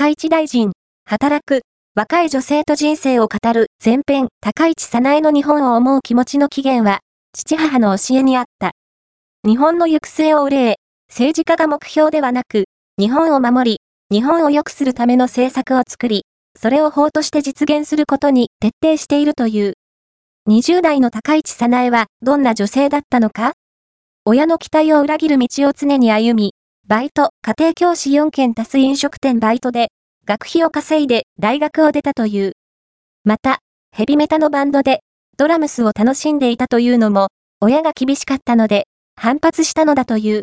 高市大臣、働く、若い女性と人生を語る前編、高市早苗の日本を思う気持ちの起源は、父母の教えにあった。日本の行く末を憂え、政治家が目標ではなく、日本を守り、日本を良くするための政策を作り、それを法として実現することに徹底しているという。20代の高市早苗はどんな女性だったのか？親の期待を裏切る道を常に歩み、バイト、家庭教師4件足す飲食店バイトで、学費を稼いで大学を出たという。また、ヘビメタのバンドで、ドラムスを楽しんでいたというのも、親が厳しかったので、反発したのだという。